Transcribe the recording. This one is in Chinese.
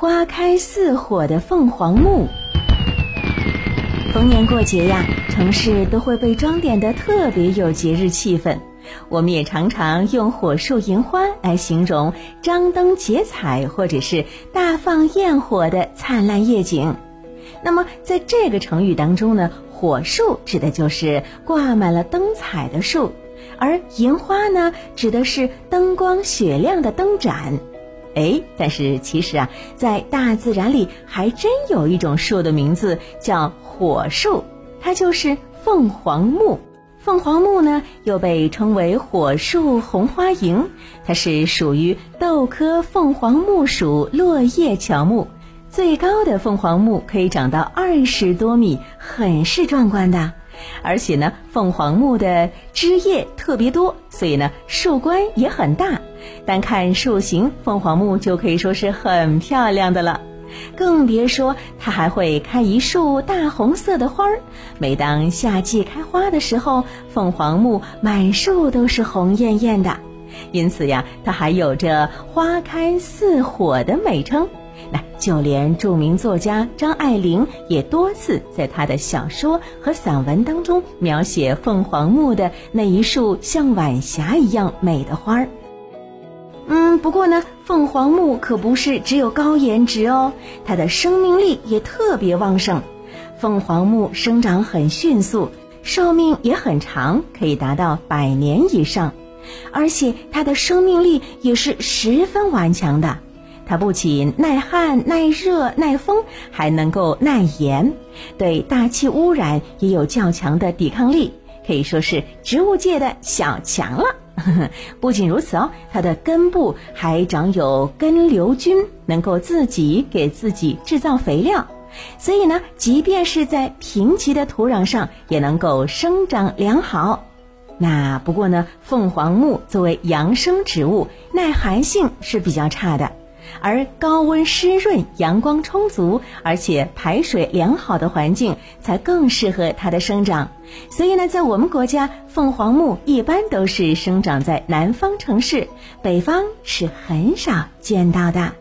花开似火的凤凰木。逢年过节呀，城市都会被装点得特别有节日气氛。我们也常常用火树银花来形容张灯结彩或者是大放焰火的灿烂夜景。那么在这个成语当中呢，火树指的就是挂满了灯彩的树，而银花呢，指的是灯光雪亮的灯盏。但是其实在大自然里还真有一种树的名字叫火树，它就是凤凰木。凤凰木呢，又被称为火树红花楹，它是属于豆科凤凰木属落叶乔木。最高的凤凰木可以长到20多米，很是壮观的。而且呢，凤凰木的枝叶特别多，所以呢，树冠也很大。单看树形，凤凰木就可以说是很漂亮的了。更别说它还会开一束大红色的花儿。每当夏季开花的时候，凤凰木满树都是红艳艳的。因此呀，它还有着花开似火的美称。那就连著名作家张爱玲也多次在她的小说和散文当中描写凤凰木的那一束像晚霞一样美的花儿。不过呢，凤凰木可不是只有高颜值哦，它的生命力也特别旺盛。凤凰木生长很迅速，寿命也很长，可以达到100年以上，而且它的生命力也是十分顽强的。它不仅耐旱、耐热、耐风，还能够耐盐，对大气污染也有较强的抵抗力，可以说是植物界的小强了。不仅如此哦，它的根部还长有根瘤菌，能够自己给自己制造肥料，所以呢，即便是在贫瘠的土壤上也能够生长良好。那不过呢，凤凰木作为阳生植物，耐寒性是比较差的，而高温湿润、阳光充足，而且排水良好的环境才更适合它的生长。所以呢，在我们国家，凤凰木一般都是生长在南方城市，北方是很少见到的。